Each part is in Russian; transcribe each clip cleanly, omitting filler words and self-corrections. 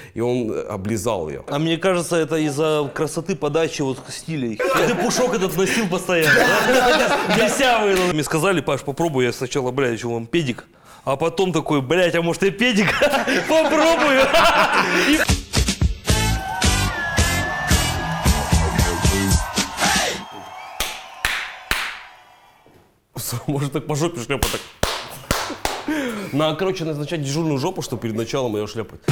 и он облизал ее. А мне кажется, это из-за красоты подачи вот стилей. Ты пушок этот носил постоянно, да? Десявый. Мне сказали, Паш, попробуй, я сначала, блядь, еще вам педик, а потом такой, блядь, а может я педик? Попробую. Может так по жопе шляпать так. Короче, назначать дежурную жопу, чтобы перед началом ее шляпать.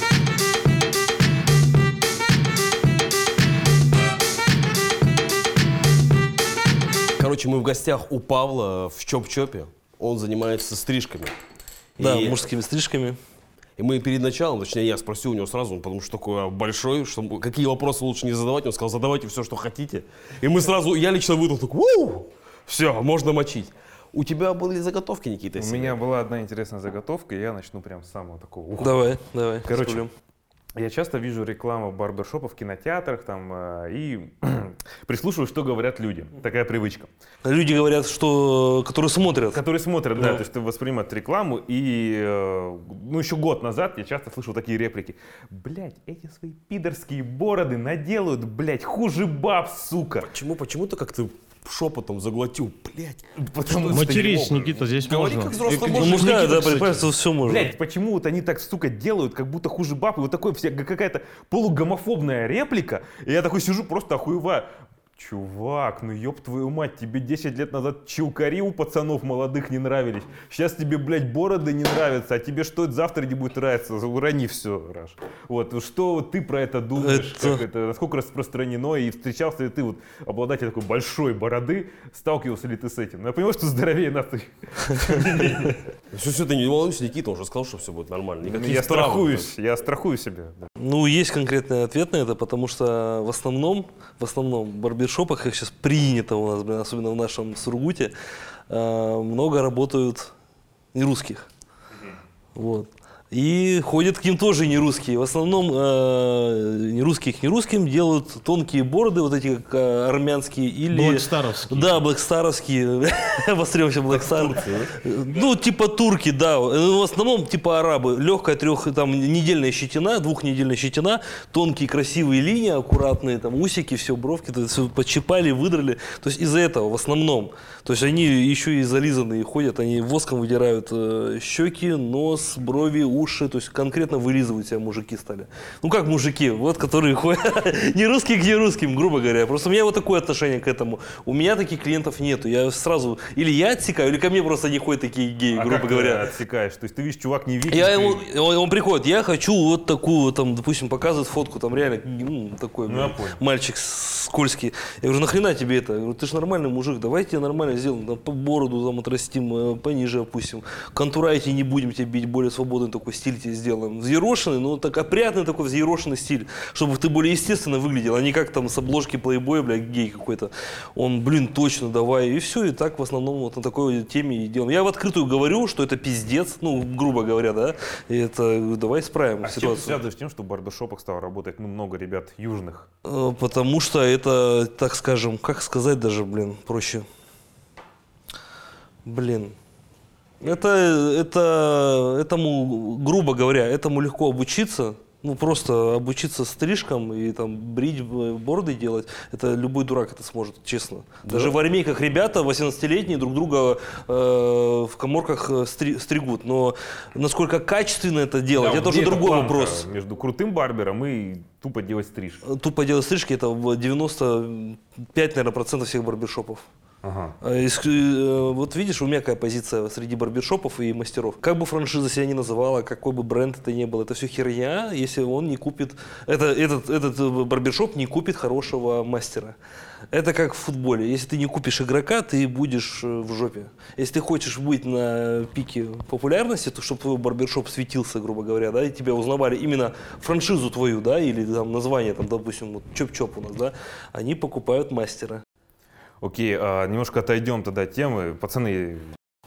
Короче, мы в гостях у Павла в Чоп-Чопе. Он занимается стрижками. Да, мужскими стрижками. И мы перед началом, точнее, я спросил у него сразу, потому что такой большой, что какие вопросы лучше не задавать. Он сказал, задавайте все, что хотите. И мы сразу, я лично выдал, такой, все, можно мочить. У тебя были заготовки, Никита? У меня была одна интересная заготовка, и я начну прям с самого такого. Давай. Короче, я часто вижу рекламу барбершопов в кинотеатрах там, и прислушиваюсь, что говорят люди. Такая привычка. Люди говорят, что которые смотрят. Которые смотрят, да, то есть воспринимают рекламу. И еще год назад я часто слышал такие реплики. Блять, эти свои пидорские бороды наделают, блять, хуже баб, сука. Почему ты как-то шепотом заглотил, блядь? Матерись, Никита, здесь Говори, можно. как взрослый Ну, мужик. мужика, да, представляется, все можно. Блять, почему вот они так, сука, делают, как будто хуже баб, и вот такой какая-то полугомофобная реплика, и я такой сижу, просто охуеваю. Чувак, ну ёб твою мать, тебе 10 лет назад чилкари у пацанов молодых не нравились. Сейчас тебе, блядь, бороды не нравятся, а тебе что это завтра не будет нравиться? Урони все, Раш. Вот, что ты про это думаешь? Как это, насколько распространено? И встречался ли ты, вот, обладатель такой большой бороды, сталкивался ли ты с этим? Ну, я понимаю, что здоровее нас. Все, ты не волнуйся, Никита уже сказал, что все будет нормально. Я страхую себя. Ну, есть конкретный ответ на это, потому что в основном в барбершопах, как сейчас принято у нас, блин, особенно в нашем Сургуте, много работают нерусских. Вот. И ходят к ним тоже нерусские. В основном нерусских нерусским делают тонкие бороды, вот эти как армянские или... Блэкстаровские. Да, блэкстаровские. Обостремся блэкстар. Ну, типа турки, да. В основном типа арабы. Легкая недельная щетина, двухнедельная щетина, тонкие красивые линии, аккуратные, там усики, все, бровки, все подщипали, выдрали. То есть из-за этого в основном. То есть они еще и зализанные ходят, они воском выдирают щеки, нос, брови, уши, то есть конкретно вылизывают себя мужики стали. Ну как мужики, вот которые ходят, не русские к нерусским, грубо говоря. Просто у меня вот такое отношение к этому. У меня таких клиентов нету. Я сразу, или я отсекаю, или ко мне просто не ходят такие геи, грубо говоря. Ты отсекаешь? То есть ты видишь, чувак не видит. Он приходит, я хочу вот такую, там, допустим, показывает фотку, там реально такой мальчик скользкий. Я говорю, нахрена тебе это? Я говорю, ты же нормальный мужик, давайте тебе нормально сделаем, там, по бороду там отрастим, пониже опустим, контурайте не будем тебя бить, более свободный такой стиль тебе сделаем. Взъерошенный, но так опрятный такой взъерошенный стиль, чтобы ты более естественно выглядел, а не как там с обложки плейбоя, блядь, гей какой-то. Он, блин, точно, давай. И все, и так в основном вот на такой теме и делаем. Я в открытую говорю, что это пиздец, ну, грубо говоря, да, и это давай исправим ситуацию. А с чем ты связываешь тем, что в барбершопах стало работать много ребят южных? Потому что это, так скажем, как сказать даже, блин, проще. Блин. Этому, грубо говоря, этому легко обучиться. Ну, просто обучиться стрижкам и там брить, бороды делать, это любой дурак это сможет, честно. Да. Даже в армейках ребята 18-летние друг друга в каморках стригут. Но насколько качественно это делать, да, это уже другой вопрос. Между крутым барбером и тупо делать стрижки. Тупо делать стрижки это в 95, наверное, процентов всех барбершопов. Ага. Вот видишь, у меня какая позиция среди барбершопов и мастеров. Как бы франшиза себя ни называла, какой бы бренд это ни был, это все херня, если он не купит, этот барбершоп не купит хорошего мастера. Это как в футболе. Если ты не купишь игрока, ты будешь в жопе. Если ты хочешь быть на пике популярности, то чтобы твой барбершоп светился, грубо говоря, да, и тебя узнавали именно франшизу твою, да, или там название, там, допустим, вот, Чоп-Чоп у нас, да, они покупают мастера. Окей, немножко отойдем тогда от темы. Пацаны,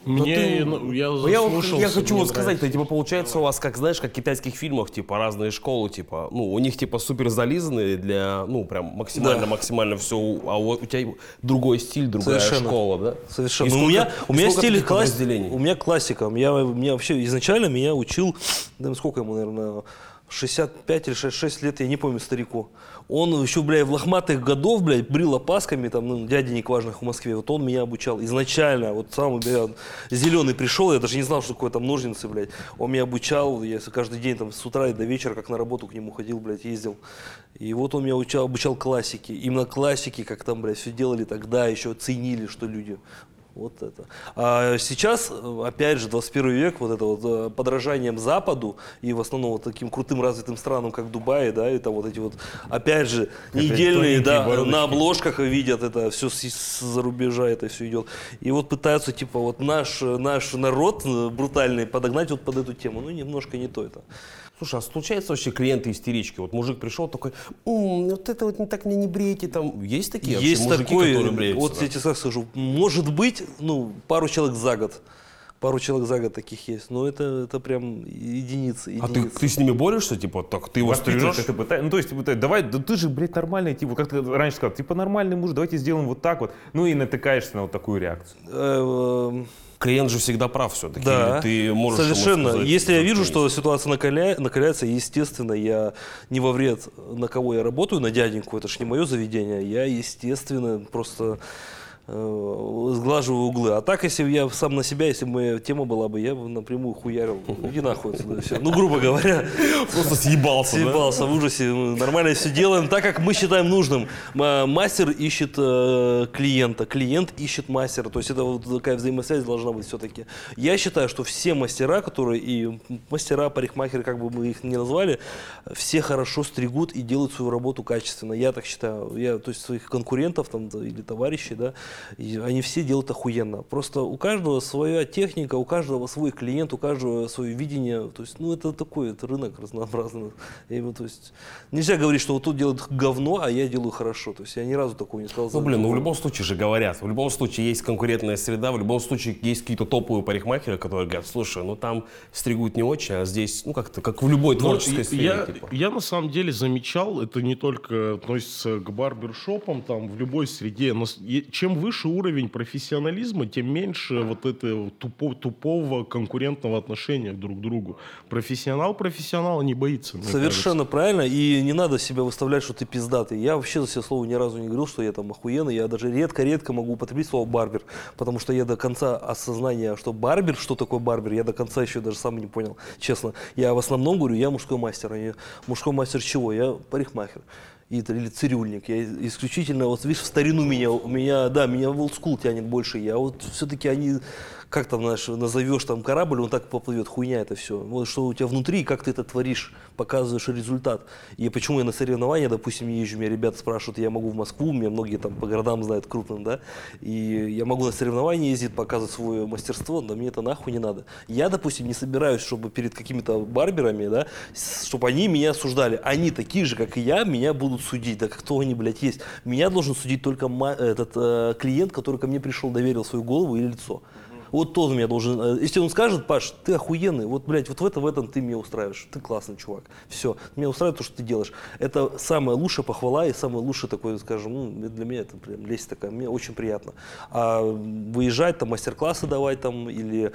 я хочу вот сказать, это типа получается у вас, как знаешь, как в китайских фильмах, типа разные школы, типа, ну, у них типа супер зализанные для, ну, прям максимально все, а вот у тебя другой стиль, другая школа, да? Совершенно. У меня стиль классика, у меня классика, меня вообще изначально меня учил, да, сколько ему, наверное, 65 или 66 лет, я не помню, старику. Он еще, блядь, в лохматых годов, блядь, брил опасками, там, ну, дяденек важных в Москве. Вот он меня обучал изначально. Вот сам, блядь, зеленый пришел, я даже не знал, что такое там ножницы, блядь. Он меня обучал, я каждый день там с утра и до вечера, как на работу к нему ходил, блядь, ездил. И вот он меня обучал классике. Именно классике, как там, блядь, все делали тогда, еще ценили, что люди... Вот это. А сейчас, опять же, 21 век, вот это вот подражанием Западу и в основном вот таким крутым развитым странам, как Дубай, да, и там вот эти вот, опять же, недельные, да, на обложках видят это все с-за рубежа, это все идет. И вот пытаются, типа, вот наш народ брутальный подогнать вот под эту тему. Ну, немножко не то это. Слушай, а случаются вообще клиенты-истерички? Вот мужик пришел такой, вот это вот так мне не брейте, там есть такие вообще Есть мужики, такой, которые бреются? вот я тебе так скажу, может быть, ну, пару человек за год. Пару человек за год таких есть, но это прям единицы. А ты с ними борешься, типа, так ты его Воспитывать стрижешь? это пытаешься. Ну, то есть, давай, да ты же, блядь, нормальный, типа, как ты раньше сказал, типа, нормальный муж, давайте сделаем вот так вот. Ну, и натыкаешься на вот такую реакцию. Клиент же всегда прав все-таки. Да, Или ты можешь ему совершенно. сказать, Если я вижу, есть. что ситуация накаляется, естественно, я не во вред, на кого я работаю, на дяденьку, это ж не мое заведение, я, естественно, просто сглаживаю углы. А так, если я сам на себя, если бы моя тема была бы, я бы напрямую хуярил. Иди нахуй отсюда, все. Ну, грубо говоря. Просто съебался, да? Съебался в ужасе. Мы нормально все делаем так, как мы считаем нужным. Мастер ищет клиента, клиент ищет мастера. То есть это вот такая взаимосвязь должна быть все-таки. Я считаю, что все мастера, которые и мастера, парикмахеры, как бы мы их ни назвали, все хорошо стригут и делают свою работу качественно. Я так считаю. Я, то есть своих конкурентов там, или товарищей, да, и они все делают охуенно. Просто у каждого своя техника, у каждого свой клиент, у каждого свое видение. То есть, ну, это такой, это рынок разнообразный. То есть, нельзя говорить, что вот тут делают говно, а я делаю хорошо. То есть, я ни разу такого не сказал. Ну, блин, ну в любом случае же говорят. В любом случае есть конкурентная среда, в любом случае есть какие-то топовые парикмахеры, которые говорят, слушай, ну там стригут не очень, а здесь, ну, как-то, как в любой творческой сфере. Я на самом деле замечал, это не только относится к барбершопам, там, в любой среде, но чем выше уровень профессионализма, тем меньше вот этого тупого конкурентного отношения друг к другу. Профессионал профессионала не боится. Совершенно правильно, и не надо себя выставлять, что ты пиздатый. Я вообще за все слово ни разу не говорил, что я там охуенный, я даже редко могу употребить слово барбер, потому что я до конца осознания, что барбер, что такое барбер, я до конца еще даже сам не понял, честно. Я в основном говорю, я мужской мастер, а не мужской мастер чего? Я парикмахер. Или цирюльник. Я исключительно, вот видишь, в старину меня в олдскул тянет больше. Я вот все-таки они, как там, знаешь, назовешь там корабль, он так поплывет, хуйня это все. Вот что у тебя внутри, как ты это творишь, показываешь результат. И почему я на соревнования, допустим, не езжу, меня ребята спрашивают, я могу в Москву, меня многие там по городам знают крупным, да, и я могу на соревнования ездить, показывать свое мастерство, да мне это нахуй не надо. Я, допустим, не собираюсь, чтобы перед какими-то барберами, да, чтобы они меня осуждали. Они такие же, как и я, меня будут судить, да кто они, блядь, есть. Меня должен судить только этот клиент, который ко мне пришел, доверил свою голову и лицо. Вот тот меня должен, если он скажет, Паш, ты охуенный, вот, блядь, вот в этом ты меня устраиваешь, ты классный чувак, все, меня устраивает то, что ты делаешь. Это самая лучшая похвала и самое лучшее такое, скажем, ну, для меня это прям лесть такая, мне очень приятно. А выезжать, там, мастер-классы давать, там, или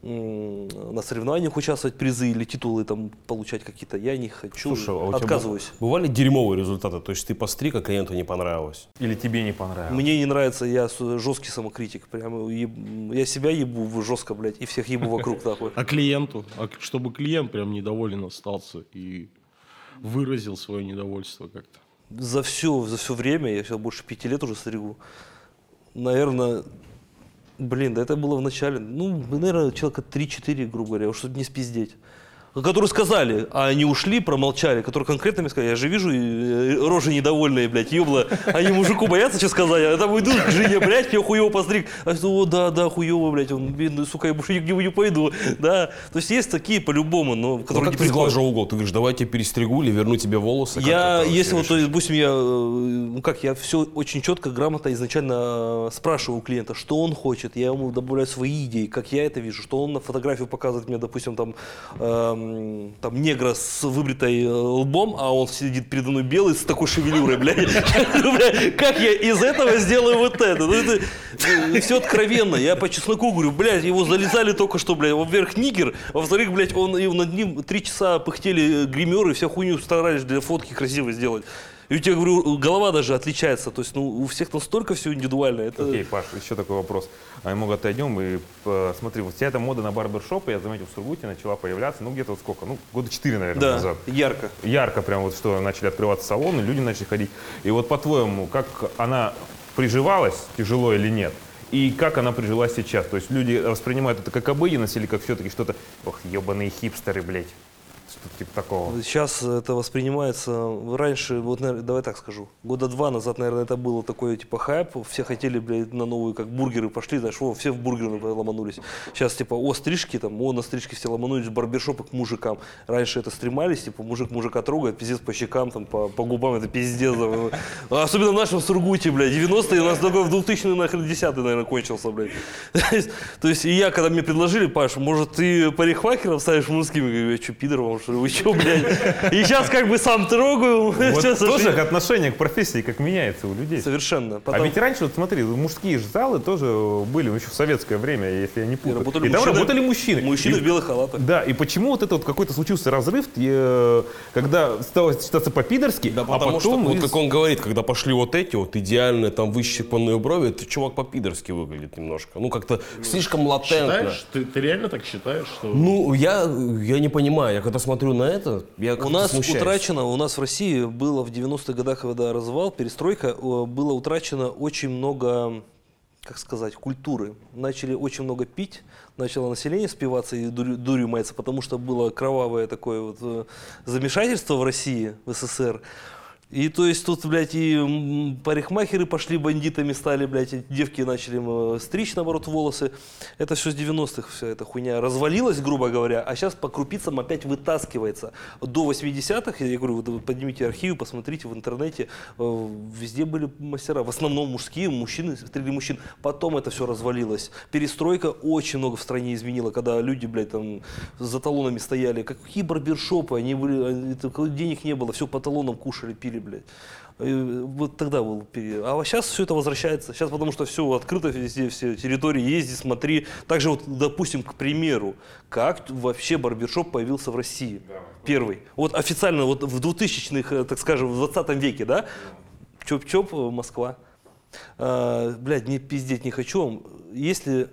на соревнованиях участвовать, призы или титулы там получать какие-то, я не хочу, Слушай, а у тебя отказываюсь. бывали дерьмовые результаты? То есть ты постриг, а клиенту не понравилось? Или тебе не понравилось? Мне не нравится, я жесткий самокритик, прям, я себя ебу жестко, блядь, и всех ебу вокруг такой. А клиенту? Чтобы клиент прям недоволен остался и выразил свое недовольство как-то? За все время, я сейчас больше 5 лет уже стригу, наверное, блин, да это было в начале, ну, наверное, человека 3-4, грубо говоря, уж чтобы не спиздеть. Которые сказали, а они ушли, промолчали, которые конкретно мне сказали, я же вижу рожи недовольные, блядь, ёбла, они мужику боятся что сказать, а там идут к жене, блядь, я хуёво постриг, а что, о, да, хуёво, блядь, он, бедный, сука, я больше нигде не пойду, да, то есть есть такие по-любому, но которые как ты сглаживал угол? Ты говоришь, давай я тебе перестригу или верну тебе волосы? Если вот, допустим, я все очень четко, грамотно изначально спрашиваю у клиента, что он хочет, я ему добавляю свои идеи, как я это вижу, что он на фотографию показывает мне, допустим, там, там негра с выбритой лбом, а он сидит передо мной белый с такой шевелюрой, блядь. Как я из этого сделаю вот это? Ну, это все откровенно. Я по чесноку говорю, блядь, его залезали только что, блядь. Во-первых, нигер, во-вторых, блядь, и над ним 3 часа пыхтели гримеры, вся хуйню старались для фотки красиво сделать. И у тебя, говорю, голова даже отличается. То есть, ну, у всех настолько все индивидуально. Это... Окей, Паш, еще такой вопрос. Немного отойдем и смотри, вот вся эта мода на барбершопы, я заметил, в Сургуте начала появляться, ну, где-то вот сколько, ну, года 4, наверное, назад. Ярко. Ярко прям вот, что начали открываться салоны, люди начали ходить. И вот, по-твоему, как она приживалась, тяжело или нет? И как она прижилась сейчас? То есть люди воспринимают это как обыденность или как все-таки что-то, ох, ебаные хипстеры, блядь. Что-то типа такого. Сейчас это воспринимается, раньше, вот, наверное, давай так скажу, года 2 назад, наверное, это было такое, типа, хайп, все хотели, блядь, на новые, как бургеры пошли, знаешь, все в бургеры ломанулись. Сейчас, типа, стрижки, там, на стрижки все ломанулись, барбершопы к мужикам. Раньше это стремались, типа, мужик мужика трогает, пиздец по щекам, там, по губам, это пиздец. Особенно в нашем Сургуте, блядь, 90-е, у нас только в 2000-е, нахрен, 10-й, наверное, кончился, блядь. То есть, и я, когда мне предложили, Паш, может, ты парикмахером ставишь мужскими, я говорю, я что, пидор вам, что ли, вы что, блядь? И сейчас как бы сам трогаю. Вот тоже отношение к профессии как меняется у людей. Совершенно. А ведь раньше, вот смотри, мужские же залы тоже были, еще в советское время, если я не путаю. И там работали мужчины. Мужчины в белых халатах. Да, и почему вот это вот какой-то случился разрыв, когда стало считаться по-пидорски, Да, а потому что, потом... вот как он говорит, когда пошли вот эти вот идеальные там выщипанные брови, это чувак по-пидорски выглядит немножко. Ну, как-то слишком латентно. Считаешь? Ты реально так считаешь? Что... Ну, я не понимаю. Я когда смотрю на это, я как-то У нас смущаюсь. утрачено, у нас в России было в 90-х годах, когда развал, перестройка, было утрачено очень много, как сказать, культуры. Начали очень много пить, начало население спиваться и дурью маяться, потому что было кровавое такое вот замешательство в России, в СССР. И то есть тут, блядь, и парикмахеры пошли бандитами стали, блядь, и девки начали стричь, наоборот, волосы. Это все с 90-х, вся эта хуйня развалилась, грубо говоря, а сейчас по крупицам опять вытаскивается. До 80-х, я говорю, вот поднимите архивы, посмотрите в интернете, везде были мастера, в основном мужские, мужчины, стригли мужчин. Потом это все развалилось. Перестройка очень много в стране изменила, когда люди, блядь, там за талонами стояли. Какие барбершопы, они были, денег не было, все по талонам кушали, пили, блядь. Вот тогда был период. А сейчас все это возвращается. Сейчас потому что все открыто везде, все территории, езди, смотри. Также вот, допустим, к примеру, как вообще барбершоп появился в России? Первый. Вот официально вот в 2000-х, так скажем, в 20 веке, да? Чоп-чоп, Москва. Блядь, не пиздеть не хочу. Если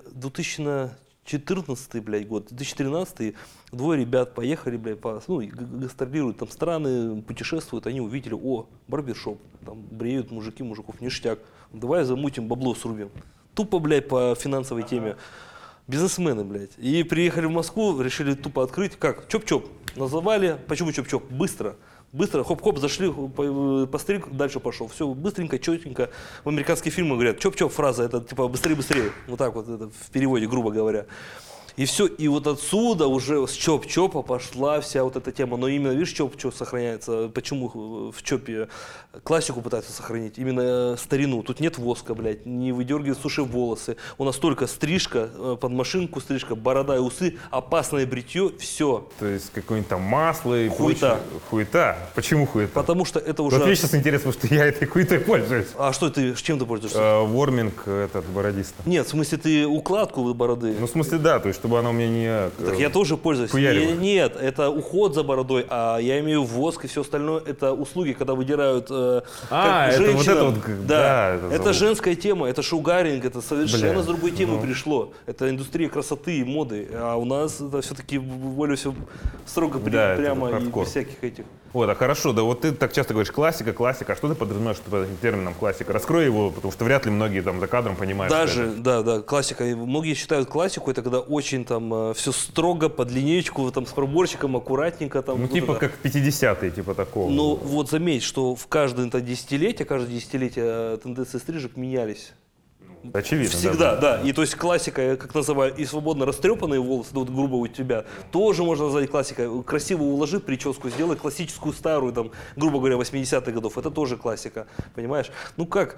2014, блядь, год, 2013, двое ребят поехали, блядь, гастролируют там страны, путешествуют, они увидели, о, барбершоп, там бреют мужики, мужиков, ништяк, давай замутим, бабло срубим. Тупо, блядь, по финансовой теме. Бизнесмены, блядь. И приехали в Москву, решили тупо открыть, как, чоп-чоп, называли, почему чоп-чоп, быстро. Быстро, хоп-хоп, зашли, постриг, дальше пошел. Все быстренько, четенько. В американских фильмах говорят, чоп-чоп фраза, это типа быстрее-быстрее. Вот так вот, это в переводе, грубо говоря. И все, и вот отсюда уже с чоп-чопа пошла вся вот эта тема. Но именно, видишь, чоп-чоп сохраняется. Почему в чопе классику пытаются сохранить? Именно старину. Тут нет воска, блядь, не выдергивают суши волосы. У нас только стрижка, под машинку стрижка, борода и усы, опасное бритье, все. То есть какое-нибудь там масло и Хуета. прочее. Хуета? Почему хуета? Потому что это уже... Вот мне сейчас интересно, потому что я этой хуетой пользуюсь. А что ты, чем ты пользуешься? Ворминг этот бородиста. Нет, в смысле, ты укладку бороды. Ну, в смысле, да, то есть, чтобы она у меня не... Так я тоже пользуюсь. Хуярила. Нет, это уход за бородой, а я имею воск и все остальное. Это услуги, когда выдирают это женщинам. вот это вот, Да, да, это женская тема, это шугаринг, это совершенно Бля, с другой темы пришло. Это индустрия красоты и моды. А у нас это все-таки более все строго Да, это прямо и хардкор. без всяких этих. Вот, а хорошо, да вот ты так часто говоришь классика, классика, а что ты подразумеваешь под этим термином классика? Раскрой его, потому что вряд ли многие там за кадром понимают. Даже, да, классика. И многие считают классику, это когда очень там все строго, под линеечку, там с проборчиком, аккуратненько. Там, Ну, вот типа это. как 50-е, типа такого. Но вот заметь, что в каждое это десятилетие тенденции стрижек менялись. Очевидно. Всегда, да. И то есть классика, я как называю, и свободно растрепанные волосы, вот грубо у тебя, тоже можно назвать классикой. Красиво уложи прическу, сделай классическую старую, там, грубо говоря, 80-х годов. Это тоже классика, понимаешь? Ну как,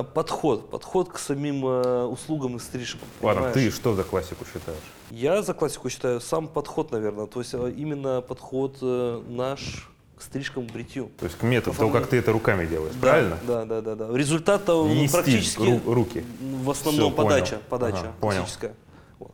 подход к самим услугам и стрижкам. Ладно, понимаешь? ты что за классику считаешь? Я за классику считаю сам подход, наверное. То есть именно подход наш к стрижкам, бритью. То есть к методу, того, как ты это руками делаешь, правильно? Да. Результат-то Не практически стиль, руки. в основном Всё, понял. подача Ага, понял. классическая. Вот.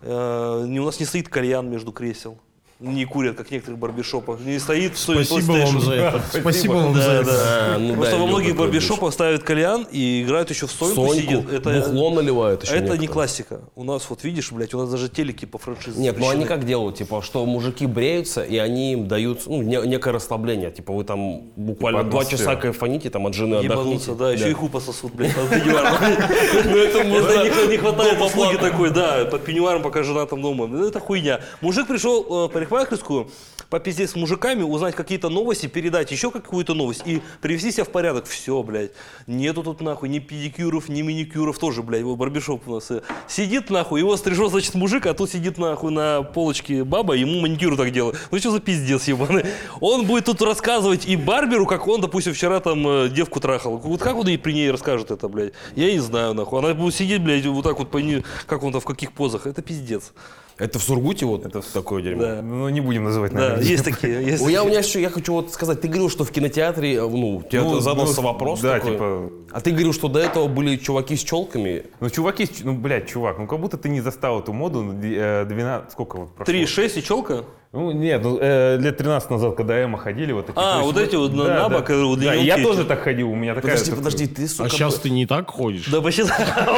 У нас не стоит кальян между кресел. Не курят, как в некоторых барбершопах. Не стоит Спасибо вам за это. Спасибо вам за это. Просто во многих барбершопах ставят кальян и играют еще в Соньку. Соньку, бухло наливают еще Это не некоторые. классика. У нас, вот видишь, блядь, у нас даже телеки по франшизе Нет, ну они запрещены. как делают, типа, что мужики бреются, и они им дают некое расслабление. Типа вы там буквально Типа 2 атмосфера. часа кайфаните, там от жены отдохните. Ебануться, да, еще и хуй пососут, блядь, под пеньюаром. Ну это Это не хватает услуги такой, да, под пеньюаром, пока жена там дома. Ну, это хуйня. Мужик пришел в парикмахерскую, попиздеть с мужиками, узнать какие-то новости, передать еще какую-то новость и привести себя в порядок. Все, блядь. Нету тут нахуй ни педикюров, ни маникюров тоже, блядь. Его барбершоп у нас сидит нахуй, его стрижет, значит, мужик, а тут сидит нахуй на полочке баба, ему маникюр так делает. Ну что за пиздец ебаный? Он будет тут рассказывать и барберу, как он, допустим, вчера там девку трахал. Вот как он ей при ней расскажет это, блядь? Я не знаю, нахуй. Она будет сидеть, блядь, вот так вот, как он там, в каких позах. Это пиздец. Это в Сургуте вот это такое дерьмо? Да. Ну, не будем называть, Да, наверное. есть такие. Есть У меня такие. еще, я хочу вот сказать, ты говорил, что в кинотеатре, тебе задался вопрос да, такой. типа... А ты говорил, что до этого были чуваки с челками. Ну, чуваки, блядь, чувак, как будто ты не застал эту моду 12, сколько вот прошло? 3,6 и челка? Ну, нет, лет 13 назад, когда Эма ходили, вот такие. А, то есть вот эти вот на бок, вот да, длиннёнкие я эти. тоже так ходил, у меня такая... Подожди, ты, сука... А сейчас ты не так ходишь? Да вообще,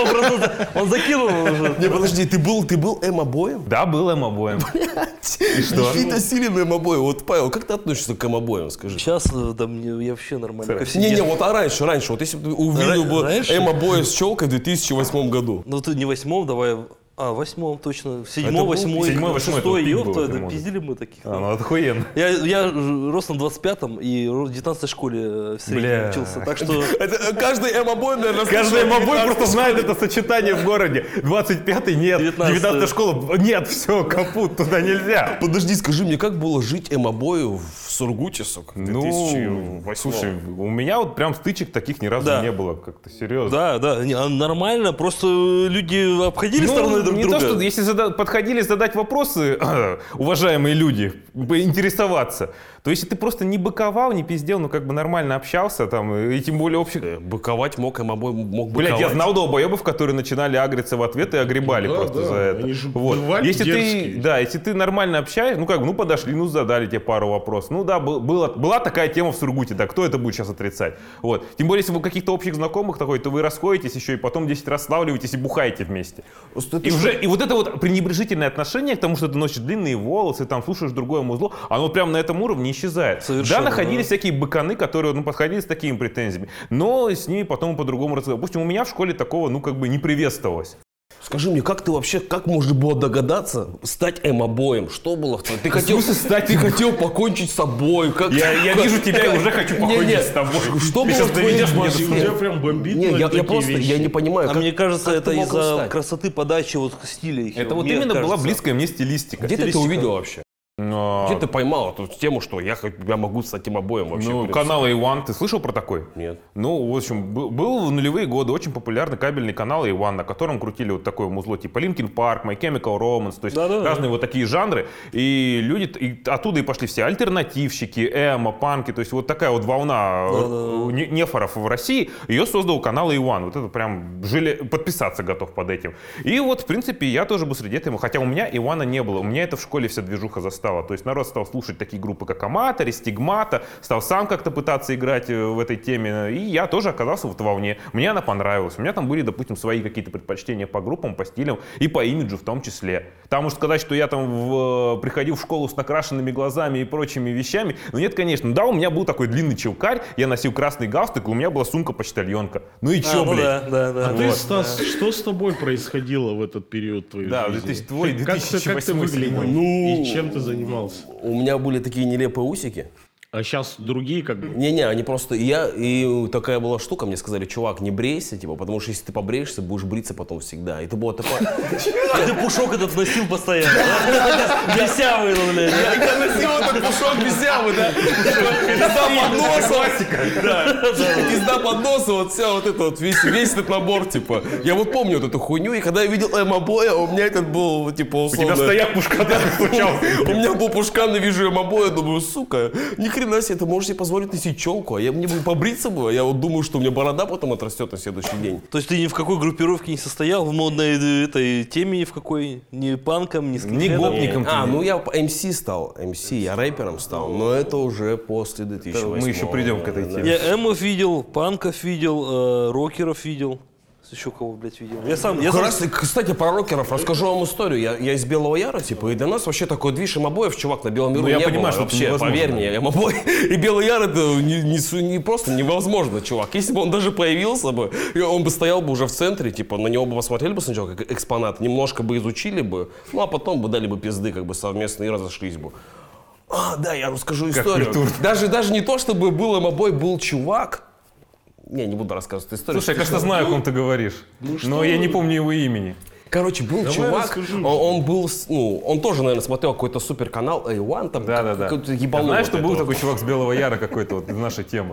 он закинул уже. Не, подожди, ты был эмо-боем? Да, был Эма-боем. И что? Какие-то сильные эмо-бои. Вот, Павел, как ты относишься к эмо-боям, скажи? Сейчас, да, мне я вообще нормально. ко всем Не-не, девкам. вот раньше, вот если бы ты увидел бы Раньше? эмо-боя с челкой в 2008 году. Ну ты не в 8-м, давай. А, в 8-м, точно. В 7-м, Это был 8-й, 7-й, 8-й, 6-й, это пик был ёпта, этой да моды. пиздили мы таких. А, ну охуенно. Я рос на 25-м и в 19-й школе в среднем Бля. учился. Так что... Это каждый эмо-бой, наверное, Каждый слышал, Эма-бой 19 просто знает это сочетание в городе. 25-й нет, 19-й. 19-я школа нет, все, капут, туда нельзя. Подожди, скажи мне, как было жить эмо-бою в Сургуте, сука, в 2008? слушай, у меня вот прям стычек таких ни разу Да. не было, как-то серьезно. Да, нормально, просто люди обходили стороны друг не друга. то, что если подходили задать вопросы, уважаемые люди, поинтересоваться, то если ты просто не быковал, не пиздел, ну как бы нормально общался, там, и тем более общих... Быковать мог, эмо-бой мог быковать. Блядь, я знал долбоебов, которые начинали агриться в ответ и огребали Да, просто да, за это. они же Вот. бывали Если дерзкие. если ты нормально общаешься, подошли, задали тебе пару вопросов. Ну да, была такая тема в Сургуте, да, кто это будет сейчас отрицать? Вот. Тем более, если вы каких-то общих знакомых такой, то вы расходитесь еще и потом 10 раз славливаетесь и бухаете вместе. И вот это вот пренебрежительное отношение к тому, что ты носишь длинные волосы, там слушаешь другое музло, оно прямо на этом уровне исчезает. Совершенно, Да, находились да. всякие быканы, которые подходили с такими претензиями, но с ними потом по-другому разговаривали. Допустим, у меня в школе такого, не приветствовалось. Скажи мне, как можно было догадаться стать эмо-боем? Что было? Ты хотел покончить с собой? Я вижу тебя и уже хочу покончить с тобой. Что Ты было сейчас в твоей доведешь меня жизни? до У тебя прям бомбит Не, на я такие просто вещи. не понимаю. А мне кажется, как это ты мог из-за стать? красоты подачи вот стиля их. Это вот мне именно была кажется. близкая мне стилистика. Где ты это стилистика. увидел вообще? Где ты поймал эту тему, что я могу стать эмо-боем вообще? в принципе? Канал A1, ты слышал про такой? Нет. В общем, был в нулевые годы очень популярный кабельный канал A1, на котором крутили вот такое музло типа Linkin Park, My Chemical Romance, то есть Да-да-да. разные вот такие жанры. И люди, оттуда и пошли все альтернативщики, эмо, панки, то есть вот такая вот волна нефоров в России, ее создал канал A1. Вот это прям подписаться готов под этим. И вот, в принципе, я тоже бы среди этого, хотя у меня A1 не было, у меня это в школе вся движуха застала. То есть народ стал слушать такие группы, как Аматори, Стигмата, стал сам как-то пытаться играть в этой теме, и я тоже оказался в этой волне. Мне она понравилась. У меня там были, допустим, свои какие-то предпочтения по группам, по стилям и по имиджу в том числе. Там уж сказать, что я там приходил в школу с накрашенными глазами и прочими вещами, ну нет, конечно. Да, у меня был такой длинный челкарь, я носил красный галстук, и у меня была сумка-почтальонка. Ну и чё, блядь? Да. А ты, Стас, что с тобой происходило в этот период твоей Да, жизни? твой Как ты 2008 выглядел? Ну, И чем ты занимался? У меня были такие нелепые усики. А сейчас другие как бы... Не-не, они просто... И такая была штука, мне сказали, чувак, не брейся, типа, потому что если ты побреешься, будешь бриться потом всегда. И это было такое... А ты пушок этот носил постоянно, да? Бесявый, блядь. Я носил этот пушок бесявый, да? Пизда под носом. Да. Пизда под носом, вот вся вот это вот, весь этот набор, типа. Я вот помню вот эту хуйню, и когда я видел М-обоя, у меня этот был, типа, условно... У тебя стояк пушкан случался. У меня был пушкан, и вижу М-обоя, думаю, сука, ни хрена себе, ты можешь себе позволить носить челку, а мне бы побриться бы, я вот думаю, что у меня борода потом отрастет на следующий день. То есть ты ни в какой группировке не состоял, в модной этой теме ни в какой, ни панком, ни скинхедом? Ни гопником. Ну я MC стал, я рэпером стал, но это уже после 2008. Мы еще придем к этой теме. Я эмов видел, панков видел, рокеров видел. Еще кого, блядь, видел? Я сам... Кстати, про рокеров расскажу вам историю. Я из Белого Яра, типа, и для нас вообще такой движ М-обоев, чувак, на Белом Яру я не понимаю, было что это вообще, невозможно. поверь мне, М-обой. И Белый Яр это не просто невозможно, чувак. Если бы он даже появился бы, он бы стоял бы уже в центре, типа, на него бы посмотрели бы сначала как экспонат, немножко бы изучили бы, ну а потом бы дали бы пизды как бы совместно и разошлись бы. Да, я расскажу историю. Даже не то, чтобы был М-обой, был чувак. Не буду рассказывать эту историю. Слушай, я, кажется, знаю, о ком ты говоришь. Но я не помню его имени. Короче, был чувак, он был, он тоже, наверное, смотрел какой-то суперканал A1, там, какой-то ебанутый. Знаешь, что был такой чувак с Белого Яра какой-то, вот из нашей темы?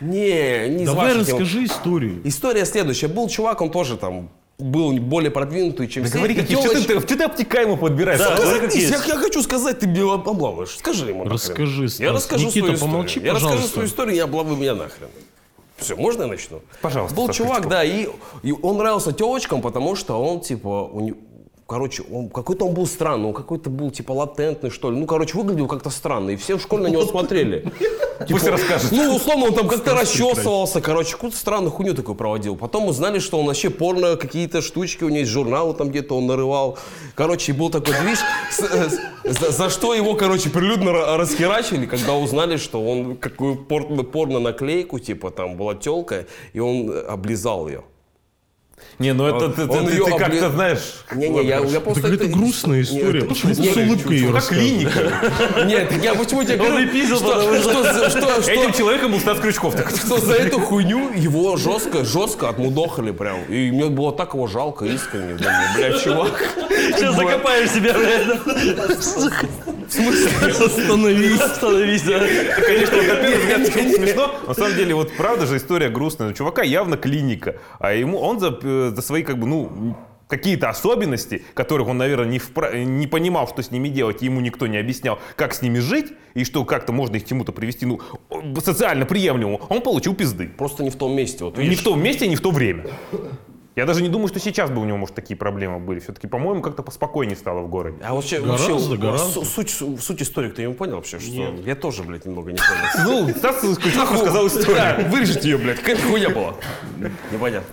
Не из Давай вашей темы. расскажи историю. История следующая. Был чувак, он тоже там был более продвинутый, чем все. Говори, что ты обтекаемо подбираешь. Да, говори, как есть. Я хочу сказать, ты меня обламываешь. Скажи ему нахрен. Расскажи, Стас. Я расскажу Никита, свою помолчи, историю. Я расскажу пожалуйста. свою историю, не обломай меня нахрен. Все, можно я начну? Пожалуйста. Был Стас чувак, Крючков. да, и он нравился телочкам, потому что он, типа, короче, какой-то он был странный, он какой-то был, типа, латентный, что ли. Ну, короче, выглядел как-то странно, и все в школе на него смотрели. Пусть расскажет. Ну, условно, он там как-то расчесывался, короче, какую-то странную хуйню такую проводил. Потом узнали, что он вообще порно, какие-то штучки, у него есть журналы там где-то, он нарывал. Короче, был такой движ, за что его, короче, прилюдно расхерачили, когда узнали, что он какую порно-наклейку, типа, там была телка, и он облизал ее. Не, ну это ты как-то знаешь... Не, я просто... Так это грустная история. Почему ты с улыбкой ее Как рассказываешь? клиника. Нет, я почему тебе говорю, Этим человеком был Стас Крючков. что за эту хуйню его жестко отмудохали прям. И мне было так его жалко, искренне. Думаю, блядь, чувак. Сейчас закопаешь себя, блядь. В смысле? Остановись, да. Конечно, вот на первый взгляд это смешно. На самом деле, вот правда же история грустная. У чувака явно клиника. А он за свои, как бы, ну, какие-то особенности, которых он, наверное, не понимал, что с ними делать, и ему никто не объяснял, как с ними жить, и что как-то можно их к чему-то привести, ну, социально приемлемому, он получил пизды. Просто не в том месте. Вот, Не видишь? в том месте, не в то время. Я даже не думаю, что сейчас бы у него, может, такие проблемы были. Все-таки, по-моему, как-то поспокойнее стало в городе. А вообще суть истории ты не понял вообще? Что? Я тоже, блядь, немного не понял. Ну, Стас Крючков рассказал историю. Да, вырежите ее, блядь, какая хуйня была. Непонятно.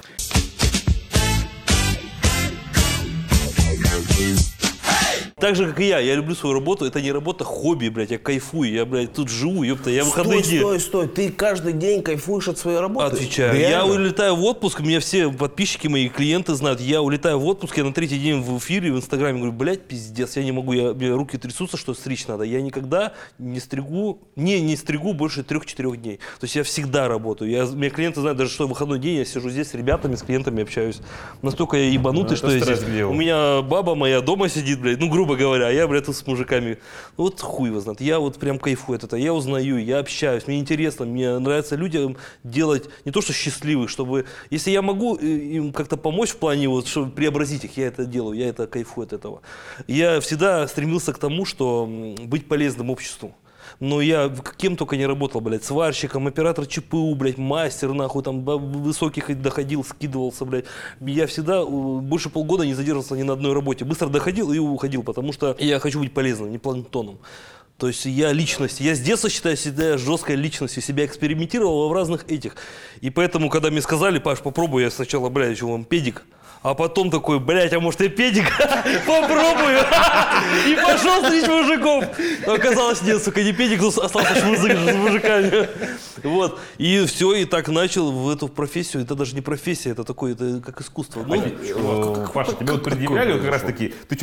Так же, как и я люблю свою работу, это не работа, хобби, блядь, я кайфую, я, блядь, тут живу, ёпта, я выходные дни... Стой, ты каждый день кайфуешь от своей работы? Отвечаю. Я Реально? улетаю в отпуск, меня все подписчики, мои клиенты знают, я улетаю в отпуск, я на третий день в эфире, в Инстаграме говорю, блядь, пиздец, я не могу, у меня руки трясутся, что стричь надо. Я никогда не стригу больше 3-4 дней. То есть я всегда работаю. У меня клиенты знают даже, что в выходной день я сижу здесь с ребятами, с клиентами общаюсь. Настолько я ебанутый, что я здесь. У меня баба моя дома сидит, блядь, ну, грубо говоря, а я, блядь, тут с мужиками. Вот хуй его знает. Я вот прям кайфую от этого. Я узнаю, я общаюсь, мне интересно, мне нравится людям делать не то, что счастливых, чтобы, если я могу им как-то помочь в плане, вот, чтобы преобразить их, я это делаю, я это кайфую от этого. Я всегда стремился к тому, что быть полезным обществу. Но я кем только не работал, блядь, сварщиком, оператор ЧПУ, блядь, мастер, нахуй, там, высоких доходил, скидывался, блядь. Я всегда больше полгода не задерживался ни на одной работе. Быстро доходил и уходил, потому что я хочу быть полезным, не планктоном. То есть я личность, я с детства считаю себя жесткой личностью, себя экспериментировал в разных этих. И поэтому, когда мне сказали, Паш, попробуй, я сначала, блядь, еще вам педик. А потом такой, блядь, а может я педик попробую? И пошел стричь мужиков. Но оказалось, нет, сука, не педик, остался шмузык с мужиками. Вот. И все, и так начал в эту профессию. Это даже не профессия, это такое, это как искусство. Ну, Паша, тебе вот предъявляли вот как раз такие, ты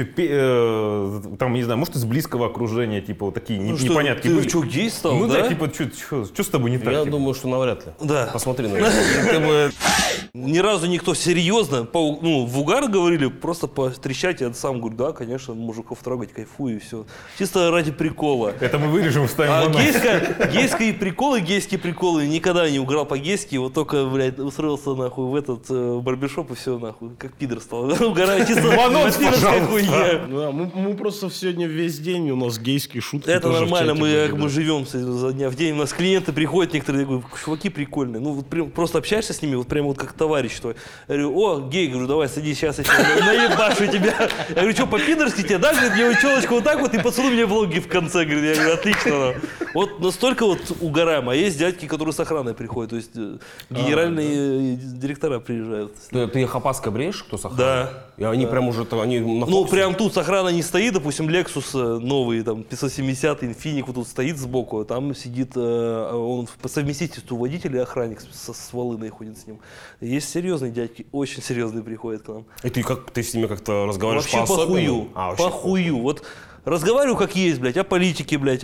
что, там, не знаю, может, из близкого окружения, типа, вот такие ну, непонятки ты были? что, гей стал, Ну да? да, типа, что с тобой не так? Я типа? думаю, что навряд ли. Да. Посмотри на это. Ни разу никто серьезно, в угар говорили, просто потрещать, я сам говорю, да, конечно, мужиков трогать, кайфую, и все. Чисто ради прикола. Это мы вырежем, вставим А в анонс. гейские приколы, никогда не уграл по-гейски, вот только, блядь, устроился, нахуй, в этот барбершоп, и все, нахуй, как пидор стал. Угораю чисто анонс, пидорская хуйня. Да, мы просто сегодня весь день, у нас гейские шутки. Это тоже в нормально, чате мы были, да. живем за дня в день, у нас клиенты приходят, некоторые, я говорю, чуваки прикольные, ну вот просто общаешься с ними, вот прямо вот как товарищ твой. Я говорю, о, гей, говорю, давай садись, сейчас я тебя наебашу тебя. Я говорю, что, по-пидорски тебе, да? Говорит, мне вот челочку вот так вот и поцелуй мне в логи в конце. Говорит, я говорю, отлично. Ну. Вот настолько вот угораем. А есть дядьки, которые с охраной приходят, то есть генеральные директора приезжают. Ты их опаской бреешь, кто с охраной? Да. И они прям уже, они на Ну, фокусе? прям тут с охраной не стоит, допустим, Lexus новый, там, 570, Infinix вот тут стоит сбоку, там сидит, он по совместительству водитель и охранник с волыной ходит с ним. Есть серьезные дядьки, очень серьезные приходят к нам. И ты с ними как-то разговариваешь Вообще по-особенному? вообще похую. Вот разговариваю как есть, блядь, о политике, блядь,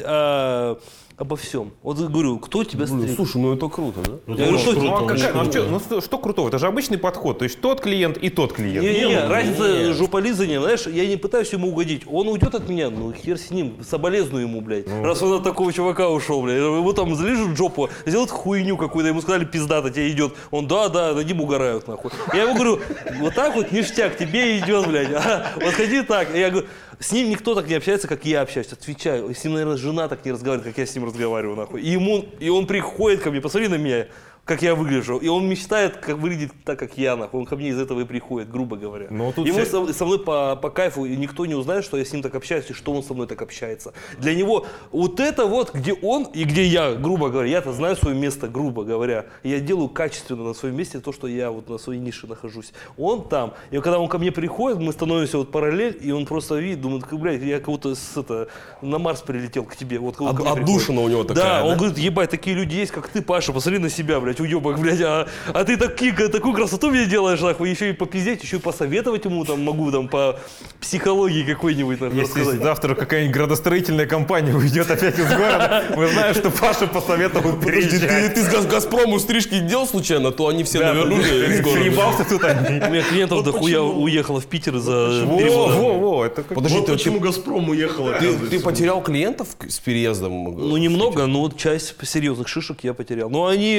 обо всем. Вот говорю, кто тебя встретит? Слушай, ну это круто, да? Я говорю, что Ну, а это? что крутого? Это же обычный подход. То есть тот клиент и тот клиент. Не, разница жополизания, знаешь, я не пытаюсь ему угодить. Он уйдет от меня, ну хер с ним, соболезную ему, блядь. Раз он от такого чувака ушел, блядь. Его там залежут в жопу, сделают хуйню какую-то, ему сказали, пиздата тебе идет. Он, да, над ним угорают, нахуй. Я ему говорю, вот так вот ништяк, тебе идет, блядь. Вот ходи так. Я говорю, с ним никто так не общается, как я общаюсь, отвечаю. С ним, наверное, жена так не разговаривает, как я с ним разговариваю, нахуй. И он приходит ко мне, посмотри на меня, как я выгляжу. И он мечтает, как выглядит так, как я, нахуй. Он ко мне из этого и приходит, грубо говоря. Но тут Ему все- со мной по кайфу, и никто не узнает, что я с ним так общаюсь, и что он со мной так общается. Для него вот это вот, где он и где я, грубо говоря, я-то знаю свое место, грубо говоря. Я делаю качественно на своем месте то, что я вот на своей нише нахожусь. Он там, и когда он ко мне приходит, мы становимся вот параллель, и он просто видит, думает, блядь, я кого-то на Марс прилетел к тебе. Вот, ко мне приходит. Отдушина у него такая, Да, да? он говорит, ебать, такие люди есть, как ты, Паша, посмотри на себя, блядь, уебок, блядь, а ты такую красоту мне делаешь, нахуй, еще и попиздеть, еще и посоветовать ему, там, могу, там, по психологии какой-нибудь, нахуй, Если рассказать. завтра какая-нибудь градостроительная компания уйдет опять из города, мы знаем, что Паша посоветовал Подожди, переезжать. ты с «Газпрому» стрижки делал случайно, то они все навернули из города. Съебался тут они. У меня клиентов дохуя уехало в Питер из-за перевода. Во, это как... Подожди, Вот ты, почему «Газпром» уехал, ты оказывается. потерял клиентов с переездом? Ну, немного, но вот часть серьезных шишек я потерял. Но они,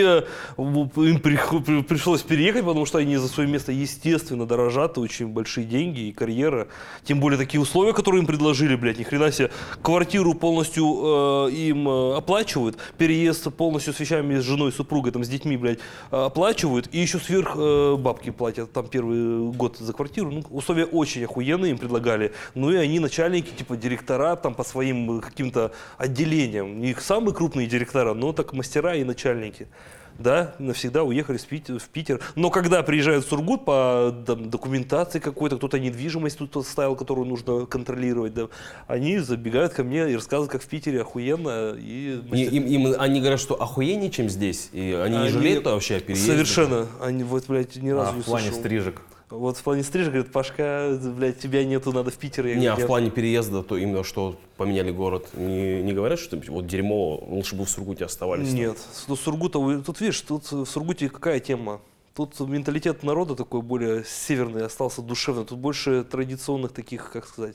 им пришлось переехать, потому что они за свое место, естественно, дорожат, очень большие деньги и карьера. Тем более такие условия, которые им предложили, блядь, ни хрена себе. Квартиру полностью им оплачивают, переезд полностью с вещами, с женой, с супругой, там, с детьми, блядь, оплачивают, и еще сверх бабки платят, там, первый год за квартиру. Ну, условия очень охуенные им предлагали. Ну, и они начальники, типа, директора, там, по своим каким-то отделениям. Не их самые крупные директора, но так мастера и начальники. Да, навсегда уехали в Питер. Но когда приезжают в Сургут по документации какой-то, кто-то недвижимость тут ставил, которую нужно контролировать, да, они забегают ко мне и рассказывают, как в Питере охуенно. И Они говорят, что охуеннее, чем здесь, и они не жалеют вообще о переезде? Совершенно. Они вот, блядь, ни разу не в плане слышал. стрижек. Вот в плане стрижек, говорит, Пашка, блядь, тебя нету, надо в Питер. Я Не, а говорю, в плане переезда, то именно что поменяли город, не говорят, что вот дерьмо, лучше бы в Сургуте оставались? Нет, ну, Сургута, тут видишь, тут в Сургуте какая тема? Тут менталитет народа такой более северный остался, душевный. Тут больше традиционных таких, как сказать,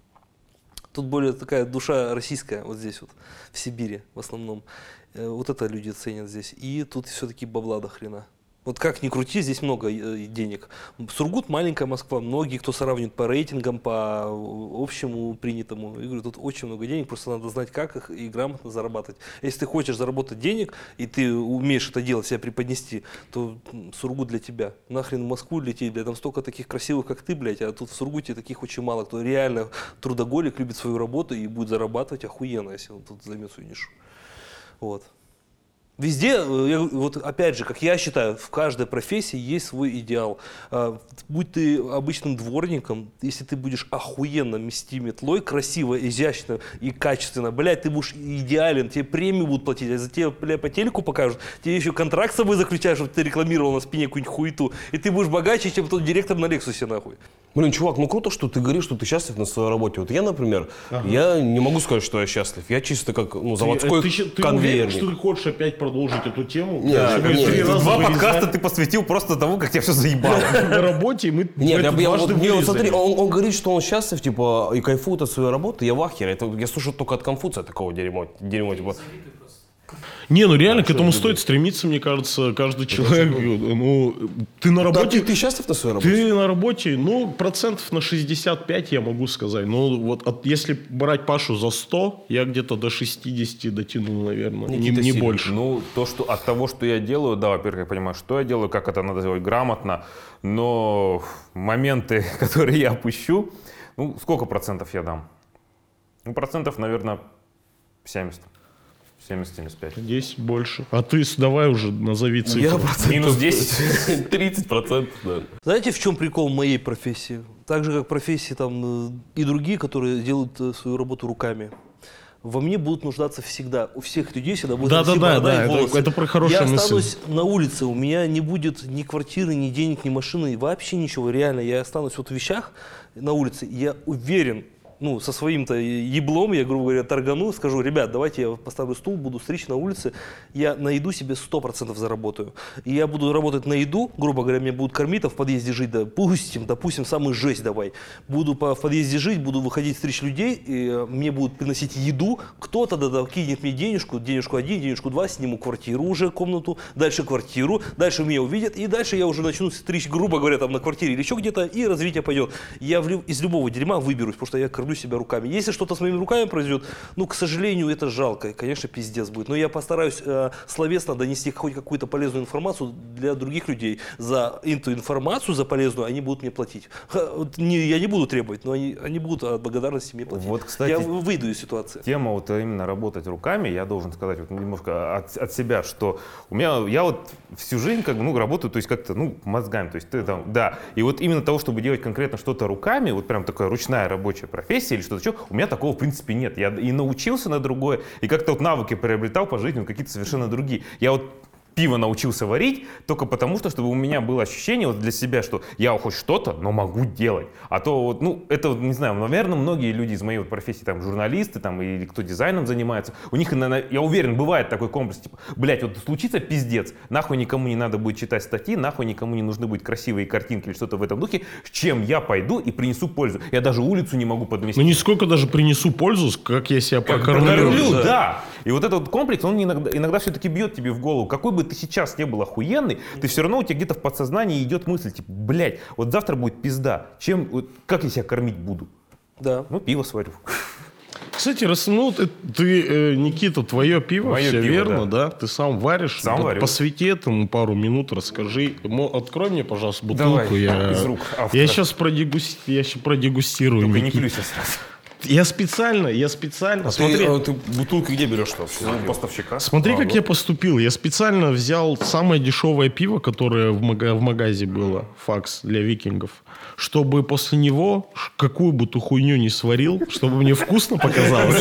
тут более такая душа российская вот здесь вот, в Сибири в основном. Вот это люди ценят здесь. И тут все-таки бабла до хрена. Вот как ни крути, здесь много денег. Сургут маленькая Москва, многие, кто сравнивает по рейтингам, по общему принятому. Я говорю, тут очень много денег, просто надо знать, как их и грамотно зарабатывать. Если ты хочешь заработать денег, и ты умеешь это делать, себя преподнести, то Сургут для тебя. Нахрен в Москву лететь, блядь, там столько таких красивых, как ты, блядь, а тут в Сургуте таких очень мало, кто реально трудоголик, любит свою работу и будет зарабатывать охуенно, если он тут займет свою нишу. Вот. Везде, вот опять же, как я считаю, в каждой профессии есть свой идеал. Будь ты обычным дворником, если ты будешь охуенно мести метлой, красиво, изящно и качественно, блядь, ты будешь идеален, тебе премию будут платить, а за тебя, блядь, по телеку покажут, тебе еще контракт с собой заключают, чтобы ты рекламировал на спине какую-нибудь хуету, и ты будешь богаче, чем тот директор на Лексусе, нахуй. Блин, чувак, ну круто, что ты говоришь, что ты счастлив на своей работе. Вот я, например, я не могу сказать, что я счастлив. Я чисто как заводской Ты конвейерник. уверен, что ты хочешь опять продолжить эту тему? Нет, Мы нет, 3 раза Два вырезали подкаста ты посвятил просто тому, как тебя все заебало. на работе, и мы Нет, это дважды вот вырезали. смотри, он говорит, что он счастлив, типа, и кайфует от своей работы. Я в ахере. Я слушаю только от Конфуция такого дерьма типа. Не, ну реально к этому стоит стремиться, мне кажется, каждый человек. Ну, ты на Да, работе... ты счастлив на своей работе? Ты на работе, ну, процентов на 65 я могу сказать. Ну, вот если брать Пашу за 100, я где-то до 60 дотяну, наверное, Никита не Силин. больше. Ну, от того, что я делаю, да, во-первых, я понимаю, что я делаю, как это надо делать грамотно, но моменты, которые я опущу, ну, сколько процентов я дам? Ну, процентов, наверное, 70. 70-75. 10 больше. А ты давай уже назови цифру. Я процентов Минус 10. 30%, да. Знаете, в чем прикол моей профессии? Так же, как профессии там и другие, которые делают свою работу руками. Во мне будут нуждаться всегда. У всех людей всегда будет расти борода и волосы. это про хорошую Я мысль. останусь на улице, у меня не будет ни квартиры, ни денег, ни машины, вообще ничего, реально. Я останусь вот в вещах на улице, я уверен, ну, со своим-то еблом, я, грубо говоря, торгану, скажу, ребят, давайте я поставлю стул, буду стричь на улице, я на еду себе 100% заработаю. И я буду работать на еду, грубо говоря, меня будут кормить, а в подъезде жить, допустим, самый жесть давай. Буду в подъезде жить, буду выходить стричь людей, и мне будут приносить еду, кто-то кинет мне денежку 1, денежку 2, сниму квартиру уже, комнату, дальше квартиру, дальше меня увидят, и дальше я уже начну стричь, грубо говоря, там на квартире или еще где-то, и развитие пойдет. Я из любого дерьма выберусь, потому что я кормлю себя руками. Если что-то с моими руками произойдет, ну, к сожалению, это жалко, конечно, пиздец будет. Но я постараюсь словесно донести хоть какую-то полезную информацию для других людей. За эту информацию, за полезную, они будут мне платить. Я не буду требовать, но они будут от благодарности мне платить. Вот, кстати, я выйду из ситуации. Тема вот именно работать руками, я должен сказать вот немножко от себя, что я вот всю жизнь как бы, ну, работаю, то есть как-то, ну, мозгами, то есть ты там, да. И вот именно того, чтобы делать конкретно что-то руками, вот прям такая ручная рабочая профессия или что-то еще, у меня такого в принципе нет. Я и научился на другое, и как-то вот навыки приобретал по жизни какие-то совершенно другие. Я вот пиво научился варить только потому, что чтобы у меня было ощущение вот для себя, что я хоть что-то, но могу делать. А то вот, ну, это вот, не знаю, наверное, многие люди из моей вот профессии, там, журналисты, там, или кто дизайном занимается, у них, я уверен, бывает такой комплекс, типа, блядь, вот случится пиздец, нахуй никому не надо будет читать статьи, нахуй никому не нужны будут красивые картинки или что-то в этом духе, с чем я пойду и принесу пользу. Я даже улицу не могу подместить. Ну, нисколько даже принесу пользу, как я себя покормлю. Покормлю, да. И вот этот вот комплекс, он иногда все-таки бьет тебе в голову. Какой бы ты сейчас не был охуенный, ты все равно у тебя где-то в подсознании идет мысль, типа, блядь, вот завтра будет пизда. Как я себя кормить буду? Да. Ну, пиво сварю. Кстати, ты, Никита, твое пиво, Моё все пиво, верно, да? Ты сам варишь? Сам варю. Посвяти этому пару минут, расскажи. Открой мне, пожалуйста, Давай, бутылку. из рук автора. Я сейчас продегустирую. Только не Никита. клюйся сразу. Я специально. Смотри, Ты бутылку где берешь-то? Поставщика. Смотри, как я поступил. Я специально взял самое дешевое пиво, которое в магазе было, факс для викингов, чтобы после него какую бы ту хуйню не сварил, чтобы мне вкусно показалось.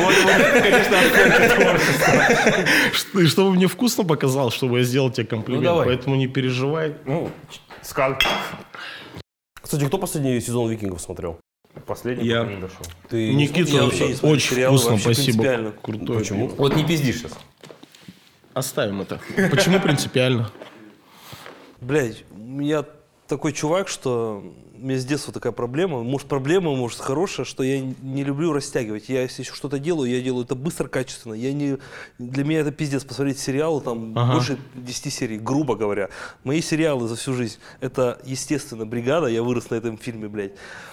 И чтобы мне вкусно показалось, чтобы я сделал тебе комплимент. давай. Поэтому не переживай. Ну, скал. Кстати, кто последний сезон «Викингов» смотрел? Последний Я. пока не дошел. Ты Никита, Я вообще не смотрю очень сериалы, вкусно, вообще спасибо. принципиально. Крутой. Почему? Вот не пизди сейчас. Оставим это. Почему принципиально? Блядь, я такой чувак, что у меня с детства такая проблема. Может хорошая, что я не люблю растягивать. Я если еще что-то делаю, я делаю это быстро, качественно. Для меня это пиздец. Посмотреть сериалы, там больше 10 серий, грубо говоря. Мои сериалы за всю жизнь, это, естественно, «Бригада». Я вырос на этом фильме, блядь.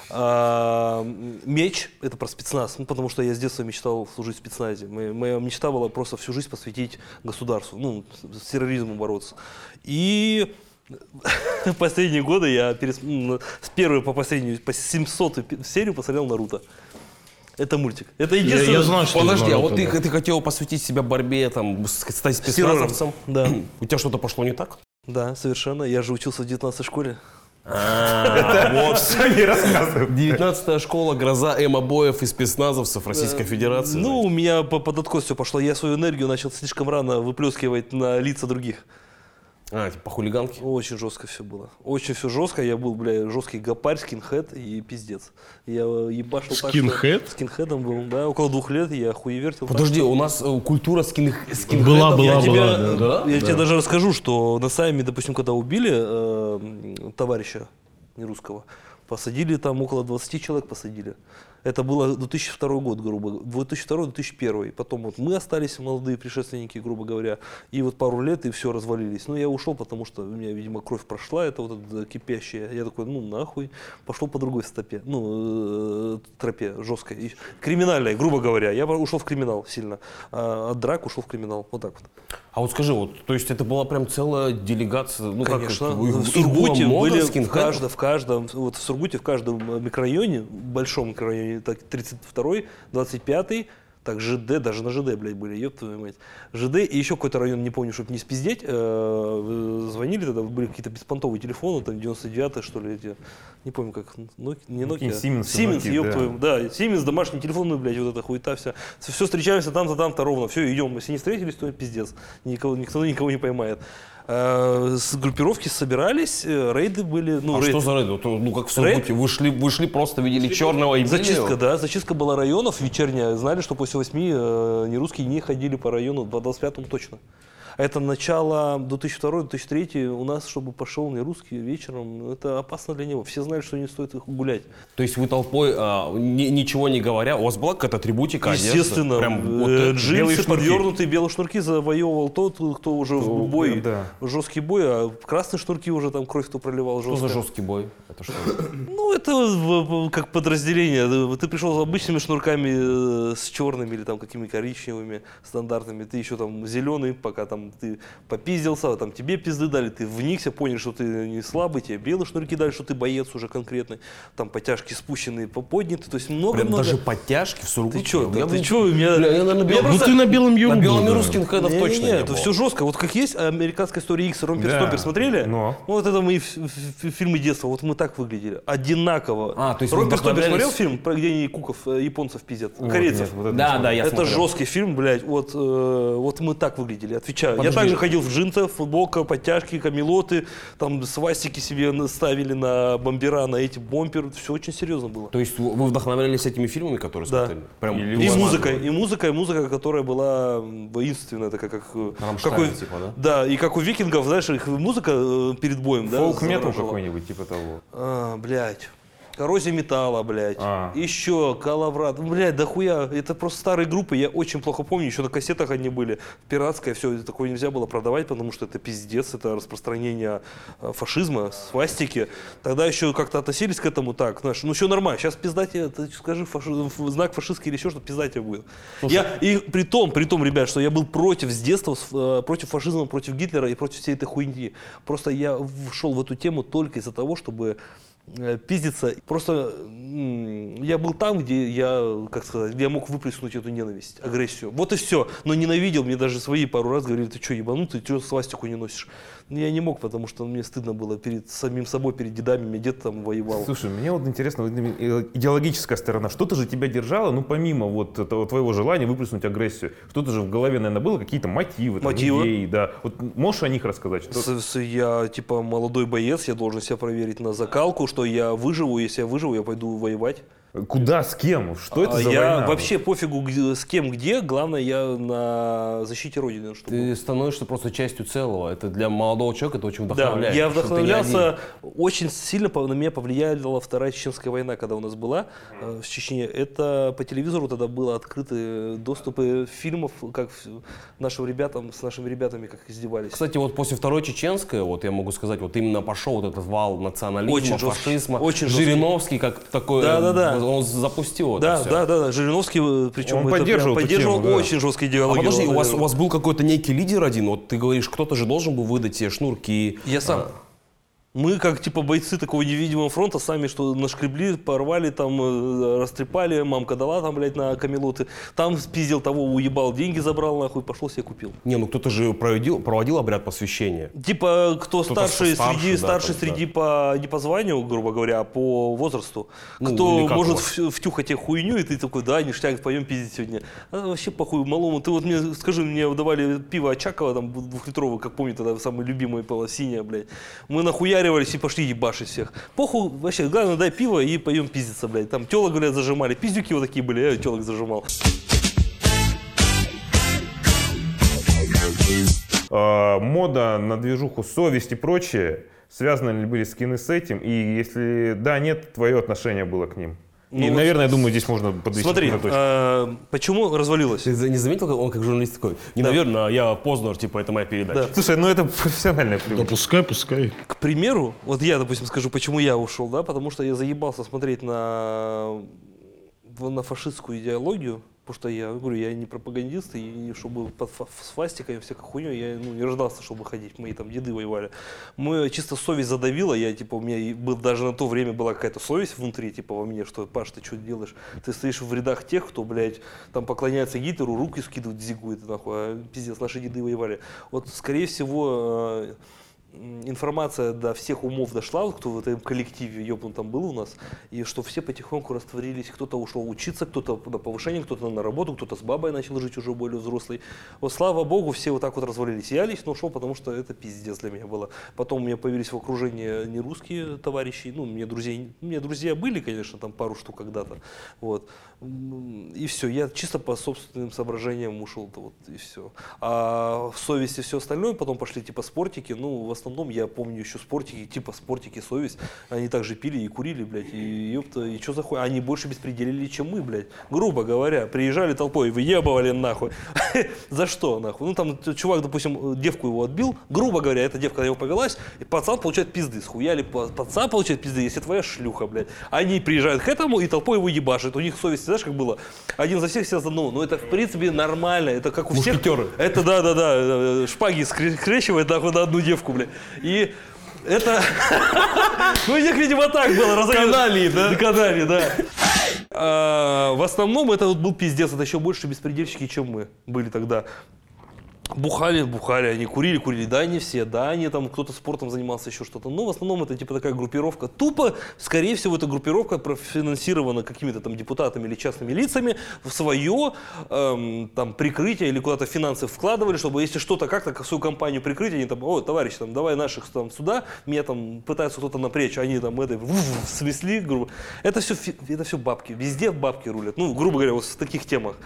«Меч» — это про спецназ, потому что я с детства мечтал служить в спецназе. Моя мечта была просто всю жизнь посвятить государству, с терроризмом бороться. И в последние годы я с первой по последнюю, по 700 серию посмотрел «Наруто». Это мультик. Это единственное. Я знаю, что Подожди, а Наруто, вот да. ты хотел посвятить себя борьбе, там, стать С террором. спецназовцем? Да. У тебя что-то пошло не так? Да, совершенно. Я же учился в 19-й школе. Вот. Все не рассказывай. 19-я школа, гроза эмо-боев и спецназовцев Российской Федерации. Ну, у меня под откос все пошло. Я свою энергию начал слишком рано выплескивать на лица других. Типа по хулиганке? Очень жестко все было. Очень все жестко. Я был, бля, жесткий гопарь, скинхед и пиздец. Я ебашил так, что... Скинхед? Скинхедом был, да. Около 2 лет я хуевертил. Подожди, у нас культура скинхедов. Была, Я да. тебе даже расскажу, что на Сайме, допустим, когда убили товарища нерусского, посадили там около 20 человек посадили. Это было 2002 год, грубо говоря, 2002-2001. Потом вот мы остались молодые предшественники, грубо говоря, и вот пару лет и все развалились. Но я ушел, потому что у меня, видимо, кровь прошла, это вот это кипящее. Я такой, ну нахуй, пошел по другой стопе, тропе жесткой, и криминальной, грубо говоря. Я ушел в криминал сильно, от драк ушел в криминал, вот так вот. А вот скажи, вот, то есть это была прям целая делегация, ну Конечно, как, в их Сургуте было много были скинхедов? вот в Сургуте в каждом микрорайоне, большом микрорайоне, так 32-й, 25-й, так ЖД, даже на ЖД, блядь, были, ёб твою мать. ЖД и еще какой-то район, не помню, чтобы не спиздеть, звонили тогда, были какие-то беспонтовые телефоны, там 99-е, что ли, эти, не помню как, не Nokia. Siemens, ёб твою, да, Siemens, домашний телефон, ну, блядь, вот эта хуета вся. Все встречаемся там-то, там-то ровно, все, идем, если не встретились, то пиздец, никто никого не поймает. С группировки собирались, рейды были. Ну, Что за рейды? Ну как в Сургуте, вышли просто, видели черного и белого? Зачистка, да, зачистка была районов вечерняя. Знали, что после 8 нерусские не ходили по району, по 25-му точно. Это начало 2002-2003 у нас, чтобы пошел нерусский вечером, это опасно для него. Все знали, что не стоит их гулять. То есть вы толпой, ничего не говоря, у вас была какая-то атрибутика, одежда? Естественно, Прям вот джинсы, подвернутые белые шнурки завоевывал тот, кто уже в бой, жесткий бой, а красные шнурки уже там кровь кто проливал жестко. Что за жесткий бой? Это что? Ну, это как подразделение. Ты пришел с обычными шнурками, с черными или там какими коричневыми стандартными, ты еще там зеленый, пока там ты попиздился, там тебе пизды дали, ты вникся, понял, что ты не слабый, тебе белые шнурки дали, что ты боец уже конкретный, там подтяжки спущенные, подняты, то есть много-много. Даже подтяжки в Сургуте? Ты что, у меня... Ну ты на белом юнгу. На белом русских скинхедов точно не это было. все жестко. Вот как есть американская история X, Ромпер Стомпер смотрели? Но. Ну, вот это мои фильмы детства, вот мы так выглядели. Одинаково. То есть вы Ромпер Стомпер вдохновлялись- смотрел фильм, где они куков, японцев пиздят? Корейцев. Да, я Это смотрел. жесткий фильм, блядь. Вот мы так выглядели, отвечаю. Подожди. Я также ходил в джинсах, футболка, подтяжки, камелоты, там свастики себе ставили на бомбера, на эти бомперы. Все очень серьезно было. То есть вы вдохновлялись этими фильмами, которые Да. смотрели? Прям И музыка, которая была воинственная, такая как Рамштайн, типа, да? Да, и как у викингов, знаешь, их музыка перед боем, да? Фолк-метал завораживала. какой-нибудь, типа того. Блядь. Коррозия металла, блядь. Еще Калаврат. Блядь, дохуя. Это просто старые группы. Я очень плохо помню. Еще на кассетах они были. Пиратское. Все, такое нельзя было продавать, потому что это пиздец. Это распространение фашизма, свастики. Тогда еще как-то относились к этому так. Знаешь, ну все нормально. Сейчас пизда тебе, ты скажи знак фашистский или еще что, пизда тебе будет. И при том, ребят, что я был против с детства, против фашизма, против Гитлера и против всей этой хуйни. Просто я вшел в эту тему только из-за того, чтобы пиздиться. Просто я был там, где я, как сказать, где я мог выплеснуть эту ненависть, агрессию. Вот и все. Но ненавидел, мне даже свои пару раз говорили, ты что, ебанутый, ты что свастику не носишь? Но я не мог, потому что мне стыдно было перед самим собой, перед дедами, мне дед там воевал. Слушай, мне вот интересно, вот идеологическая сторона, что-то же тебя держало, ну помимо вот этого твоего желания выплеснуть агрессию, что-то же в голове, наверное, было, какие-то мотивы, там, идеи, да. Вот можешь о них рассказать? Что... Я типа молодой боец, я должен себя проверить на закалку, что я выживу, если я выживу, я пойду воевать. Куда, с кем? Что это за Я война? вообще пофигу с кем, где, главное я на защите Родины. Чтобы... Ты становишься просто частью целого. Это для молодого человека это очень вдохновляет. Да, я вдохновлялся, очень сильно на меня повлияла Вторая Чеченская война, когда у нас была в Чечне. Это по телевизору тогда было открыты доступы фильмов, как с нашими ребятами как издевались. Кстати, вот после Второй Чеченской, вот я могу сказать, вот именно пошел вот этот вал национализма, Очень жесткий, фашизма. очень Жириновский как такой, он запустил это все. Да, Жириновский, причем Он это поддерживал эту поддерживал тему, да. очень жесткий А идеологию. подожди, у вас был какой-то некий лидер один, вот ты говоришь, кто-то же должен был выдать тебе шнурки. Я сам. Мы, как типа бойцы такого невидимого фронта, сами что нашкребли, порвали, там, растрепали, мамка дала там, блядь, на камелоты. Там спиздил того, уебал, деньги забрал, нахуй, пошел себе купил. Не, ну кто-то же проводил обряд посвящения. Типа, кто Кто-то старший старше, среди да. не по званию, грубо говоря, а по возрасту. Ну, Кто или как может у вас? втюхать тебе хуйню, и ты такой, да, ништяк, пойдем пиздить сегодня. А вообще похуй малому. Ты вот мне скажи, мне давали пиво Очакова, там, 2-литровое, как помню, тогда самое любимое было, синее, блядь. Мы нахуяривались и пошли ебашить всех. Похуй, вообще, главное, дай пиво и пойдем пиздиться, блядь. Там телок, говорят, зажимали. Пиздюки вот такие были, я телок зажимал. Мода на движуху, совесть и прочее, связаны ли были скины с этим? И если да, нет, твое отношение было к ним? И, Ну, наверное, я думаю, здесь можно подвести Смотри, точку. почему развалилось? Ты не заметил, как он как журналист такой? Не, наверное, я Познер, типа, это моя передача. Да. Слушай, ну это профессиональная Да привычка. пускай. К примеру, вот я, допустим, скажу, почему я ушел, да, потому что я заебался смотреть на фашистскую идеологию, потому что я говорю, я не пропагандист, и чтобы под свастикой, всякой хуйней, я не рождался, чтобы ходить, мои там деды воевали. Мы чисто совесть задавила, я, типа, у меня даже на то время была какая-то совесть внутри, типа, во мне, что, Паш, ты что делаешь? Ты стоишь в рядах тех, кто, блядь, там поклоняется Гитлеру, руки скидывает, зигует, нахуй, а пиздец, наши деды воевали. Вот, скорее всего, информация до всех умов дошла, кто в этом коллективе ёбнутом был у нас, и что все потихоньку растворились. Кто-то ушел учиться, кто-то на повышение, кто-то на работу, кто-то с бабой начал жить уже более взрослый. Вот слава богу, все вот так вот развалились. Я лично ушел, потому что это пиздец для меня было. Потом у меня появились в окружении нерусские товарищи, ну, у меня друзья были, конечно, там пару штук когда-то, вот. И все, я чисто по собственным соображениям ушел, вот, и все. А в совести все остальное, потом пошли типа спортики, ну, в основном я помню еще спортики, типа спортики, совесть, они также пили и курили, блядь, и ёпта, и что за хуй, они больше беспределили, чем мы, блядь, грубо говоря, приезжали толпой, выебывали нахуй, за что нахуй, ну, там чувак, допустим, девку его отбил, грубо говоря, эта девка на него повелась, и пацан получает пизды, схуяли, пацан получает пизды, если твоя шлюха, блядь, они приезжают к этому, и толпой его ебашит, у них совесть, знаешь, как было, один за всех, все за одного, ну, это, в принципе, нормально, это как у всех, Мушкетеры. это, да, шпаги скрещивает нахуй на одну девку, блядь. И это... Ну, у них, видимо, так было. Каналии, да? Каналии, да. В основном это вот был пиздец. Это еще больше беспредельщики, чем мы были тогда. Бухали, они курили, да, не все, да, они там, кто-то спортом занимался, еще что-то, но в основном это типа такая группировка, тупо, скорее всего, эта группировка профинансирована какими-то там депутатами или частными лицами в свое там прикрытие или куда-то финансы вкладывали, чтобы если что-то как-то свою компанию прикрыть, они там, о, товарищ, там, давай наших там сюда, меня там пытаются кто-то напрячь, они там это снесли, грубо. Это все бабки, везде бабки рулят, ну, грубо говоря, вот в таких темах.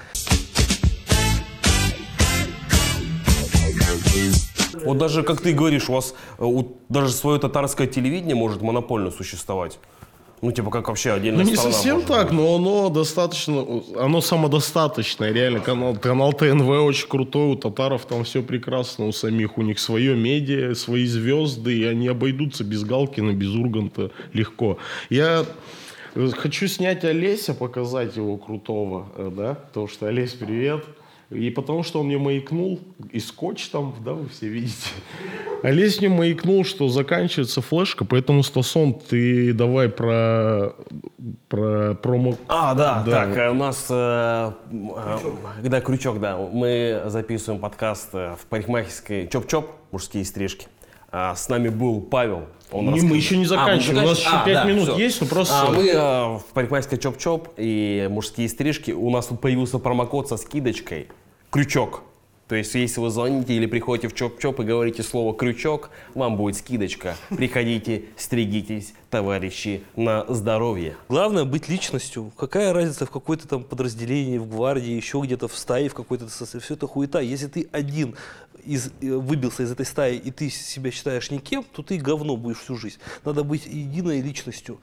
Вот даже, как ты говоришь, у вас даже свое татарское телевидение может монопольно существовать. Ну, типа, как вообще отдельная Ну, не страна совсем может так, быть. но оно достаточно, оно самодостаточное, реально. Канал ТНВ очень крутой, у татаров там все прекрасно, у самих, у них свое медиа, свои звезды, и они обойдутся без Галкина, без Урганта легко. Я хочу снять Олеся, показать его крутого, да, потому что, Олесь, привет. И потому что он мне маякнул, и скотч там, да, вы все видите. Олесь мне маякнул, что заканчивается флешка, поэтому, Стасон, ты давай про промо... Да, так, у нас, когда крючок, да, мы записываем подкаст в парикмахерской Чоп-Чоп, мужские стрижки. С нами был Павел. Мы еще не заканчиваем, у нас еще 5 минут всё. есть, но просто... Мы в парикмахерской Чоп-Чоп и мужские стрижки. У нас тут появился промокод со скидочкой «Крючок». То есть, если вы звоните или приходите в Чоп-Чоп и говорите слово «крючок», вам будет скидочка. Приходите, стригитесь, товарищи, на здоровье. Главное быть личностью. Какая разница в какой-то там подразделении, в гвардии, еще где-то в стае, в какой-то... Все это хуета. Если ты один выбился из этой стаи, и ты себя считаешь никем, то ты говно будешь всю жизнь. Надо быть единой личностью.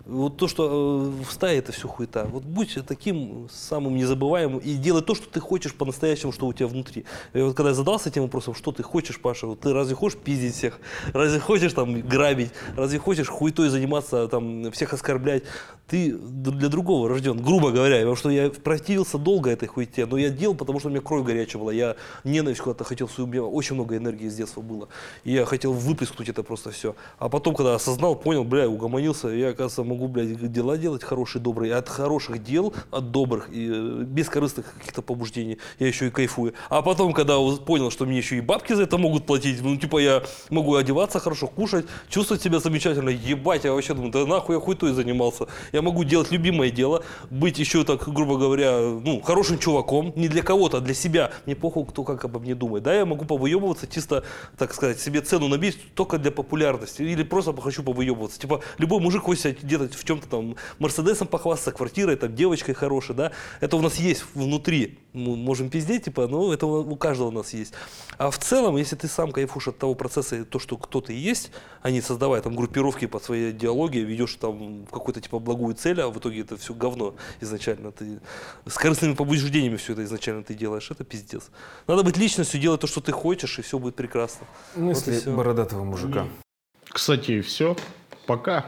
Вот то, что в стае это все хуета. Вот будь таким самым незабываемым и делай то, что ты хочешь по-настоящему, что у тебя внутри. И вот когда я задался этим вопросом, что ты хочешь, Паша, вот ты разве хочешь пиздить всех? Разве хочешь там грабить? Разве хочешь хуетой заниматься, там, всех оскорблять? Ты для другого рожден, грубо говоря. Потому что я противился долго этой хуете, но я делал, потому что у меня кровь горячая была. Я ненависть куда-то хотел свою, у меня очень много энергии с детства было. И я хотел выплеснуть это просто все. А потом, когда осознал, понял, бля, угомонился, я, оказывается, могу, блядь, дела делать хорошие, добрые. От хороших дел, от добрых, и бескорыстных каких-то побуждений я еще и кайфую. А потом, когда понял, что мне еще и бабки за это могут платить, ну, типа, я могу одеваться хорошо, кушать, чувствовать себя замечательно, ебать, я вообще думаю, да нахуй я хуйтой занимался. Я могу делать любимое дело, быть еще так, грубо говоря, ну, хорошим чуваком, не для кого-то, а для себя. Мне похуй, кто как обо мне думает. Да, я могу повыебываться, чисто, так сказать, себе цену набить только для популярности. Или просто хочу повыебываться. Типа, любой мужик хочет где-то в чем-то там Мерседесом похвастаться, квартирой, там, девочкой хорошей, да. Это у нас есть внутри. Мы можем пиздеть, типа, но это у каждого у нас есть. А в целом, если ты сам кайфуешь от того процесса, и то, что кто ты есть, а не создавая там группировки по своей идеологии, ведешь там какую-то типа благую цель, а в итоге это все говно изначально. Ты с корыстными побуждениями все это изначально ты делаешь. Это пиздец. Надо быть личностью, делать то, что ты хочешь, и все будет прекрасно. Мысли Вот и всё. бородатого мужика. Кстати, все. Пока.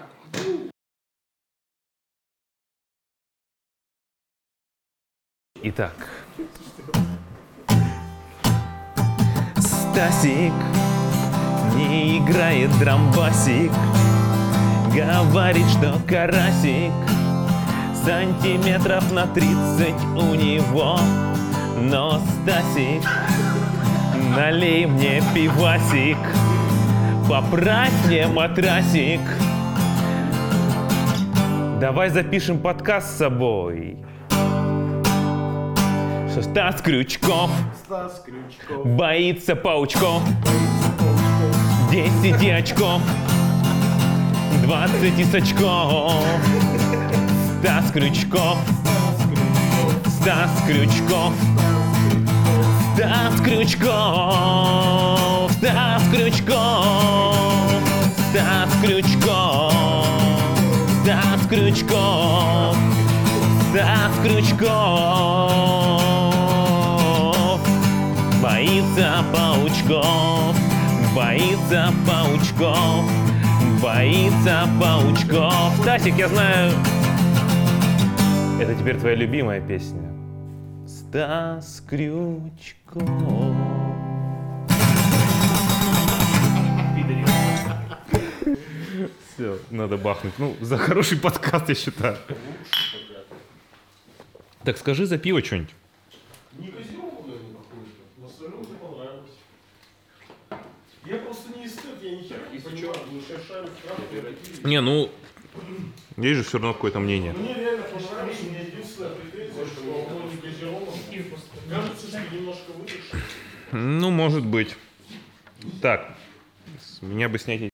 Итак. Стасик не играет драмбасик. Говорит, что карасик сантиметров на 30 у него. Но, Стасик, налей мне пивасик, поправь мне матрасик. Давай запишем подкаст с собой. Что Стас Крючков боится паучков. 10 очков, 20 из очков. Стас Крючков, Стас Крючков, Стас Крючков, Стас Крючков, Стас Крючков, Стас Крючков, Стас Крючков. Боится паучков, боится паучков, боится паучков. Стасик, я знаю, это теперь твоя любимая песня. Стас Крючков. Все, надо бахнуть. Ну, за хороший подкаст, я считаю. Так скажи за пиво что-нибудь. Не газированное какое-то, но остальное мне понравилось. Я просто не эстет, я ни хера не понимаю, потому что я шарю в крафте. Не, ну, есть же все равно какое-то мнение. Мне реально понравилось, у меня единственная претензия, что оно не газированное. Кажется, что немножко выдержит. Ну, может быть. Так, с меня бы снять